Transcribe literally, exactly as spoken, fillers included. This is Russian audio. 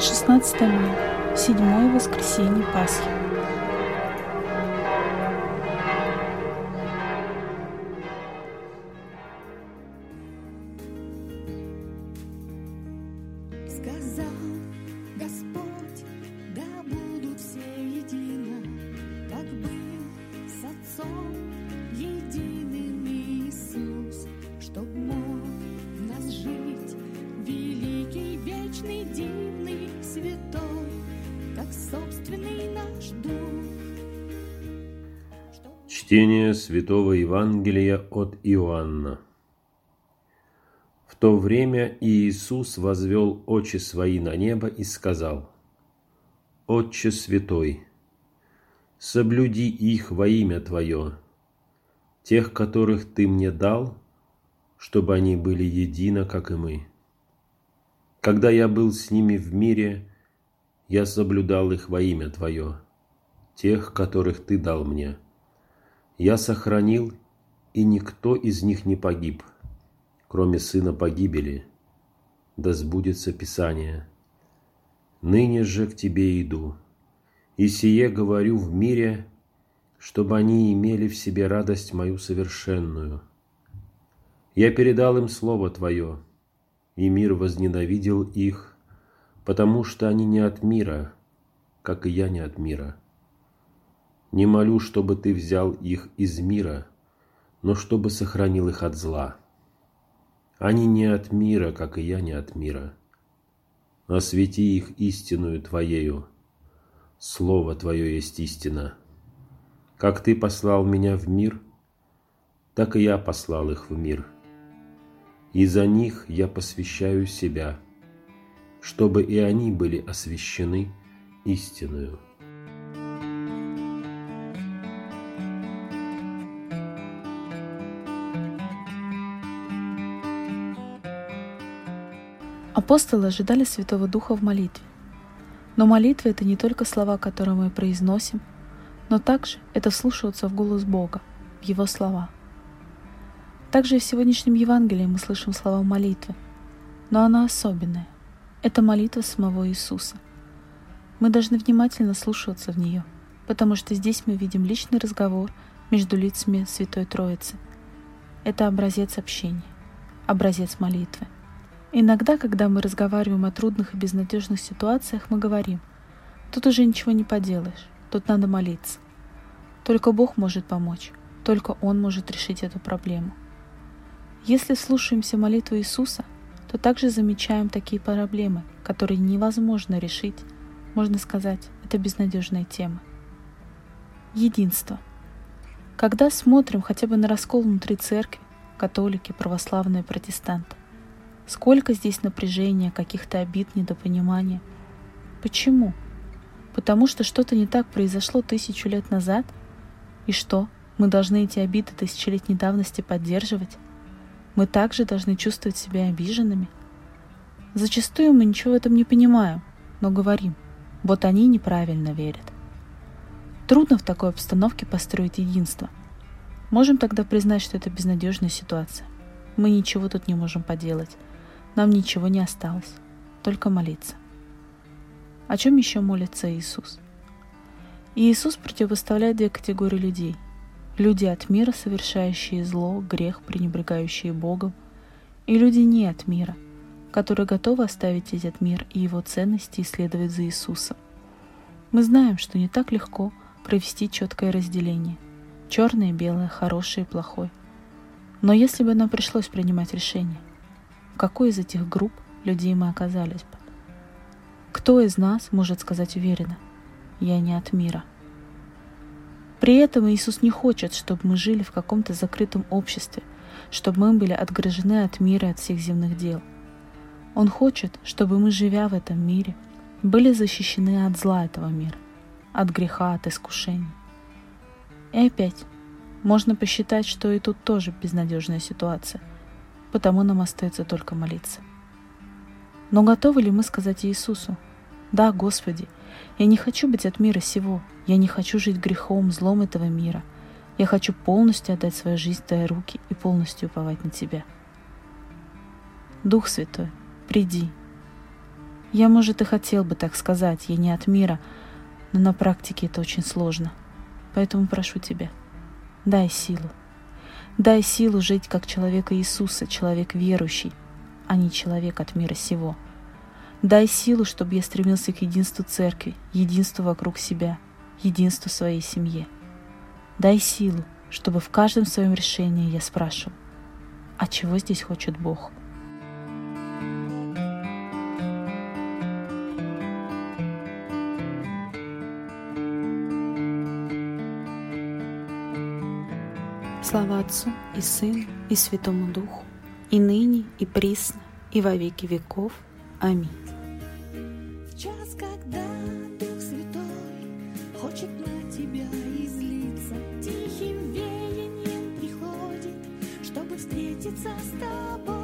шестнадцатое мая. Седьмое воскресенье Пасхи. Сказал Господь, да будут все едино, как был с Отцом единым Иисус, чтоб мог в нас жить великий, вечный, дивный, святой, как собственный наш дух. Чтение Святого Евангелия от Иоанна. В то время Иисус возвел очи свои на небо и сказал: «Отче святой, соблюди их во имя Твое, тех, которых Ты мне дал, чтобы они были едино, как и мы. Когда я был с ними в мире, я соблюдал их во имя Твое, тех, которых Ты дал мне. Я сохранил, и никто из них не погиб, кроме сына погибели, да сбудется Писание. Ныне же к Тебе иду, и сие говорю в мире, чтобы они имели в себе радость мою совершенную. Я передал им Слово Твое, и мир возненавидел их, потому что они не от мира, как и я не от мира. Не молю, чтобы Ты взял их из мира, но чтобы сохранил их от зла. Они не от мира, как и я не от мира. Освети их истинную Твоею. Слово Твое есть истина. Как Ты послал меня в мир, так и я послал их в мир. И за них я посвящаю себя, чтобы и они были освящены истиною». Апостолы ожидали Святого Духа в молитве. Но молитва — это не только слова, которые мы произносим, но также это вслушиваться в голос Бога, в Его слова. Также и в сегодняшнем Евангелии мы слышим слова молитвы, но она особенная. Это молитва самого Иисуса. Мы должны внимательно слушаться в нее, потому что здесь мы видим личный разговор между лицами Святой Троицы. Это образец общения, образец молитвы. Иногда, когда мы разговариваем о трудных и безнадежных ситуациях, мы говорим: тут уже ничего не поделаешь, тут надо молиться. Только Бог может помочь, только Он может решить эту проблему. Если слушаемся молитву Иисуса, то также замечаем такие проблемы, которые невозможно решить, можно сказать, это безнадежная тема. Единство. Когда смотрим хотя бы на раскол внутри церкви, католики, православные, протестанты, сколько здесь напряжения, каких-то обид, недопонимания. Почему? Потому что что-то не так произошло тысячу лет назад? И что, мы должны эти обиды тысячелетней давности поддерживать? Мы также должны чувствовать себя обиженными? Зачастую мы ничего в этом не понимаем, но говорим: вот они неправильно верят. Трудно в такой обстановке построить единство. Можем тогда признать, что это безнадежная ситуация. Мы ничего тут не можем поделать. Нам ничего не осталось, только молиться. О чем еще молится Иисус? Иисус противопоставляет две категории людей. Люди от мира, совершающие зло, грех, пренебрегающие Богом, и люди не от мира, которые готовы оставить этот мир и его ценности и следовать за Иисусом. Мы знаем, что не так легко провести четкое разделение: черное и белое, хорошее и плохое. Но если бы нам пришлось принимать решение, в какой из этих групп людей мы оказались бы? Кто из нас может сказать уверенно: «Я не от мира»? При этом Иисус не хочет, чтобы мы жили в каком-то закрытом обществе, чтобы мы были отгорожены от мира и от всех земных дел. Он хочет, чтобы мы, живя в этом мире, были защищены от зла этого мира, от греха, от искушений. И опять, можно посчитать, что и тут тоже безнадежная ситуация, потому нам остается только молиться. Но готовы ли мы сказать Иисусу: «Да, Господи, я не хочу быть от мира сего, я не хочу жить грехом, злом этого мира, я хочу полностью отдать свою жизнь в Твои руки и полностью уповать на Тебя». Дух Святой, приди. Я, может, и хотел бы так сказать, я не от мира, но на практике это очень сложно. Поэтому прошу тебя, дай силу. Дай силу жить как человек Иисуса, человек верующий, а не человек от мира сего. Дай силу, чтобы я стремился к единству церкви, единству вокруг себя, единству своей семье. Дай силу, чтобы в каждом своем решении я спрашивал, а чего здесь хочет Бог? Слава Отцу и Сыну и Святому Духу, и ныне, и присно, и во веки веков. Аминь. В час, когда Дух Святой хочет на тебя излиться, тихим веянием приходит, чтобы встретиться с тобой.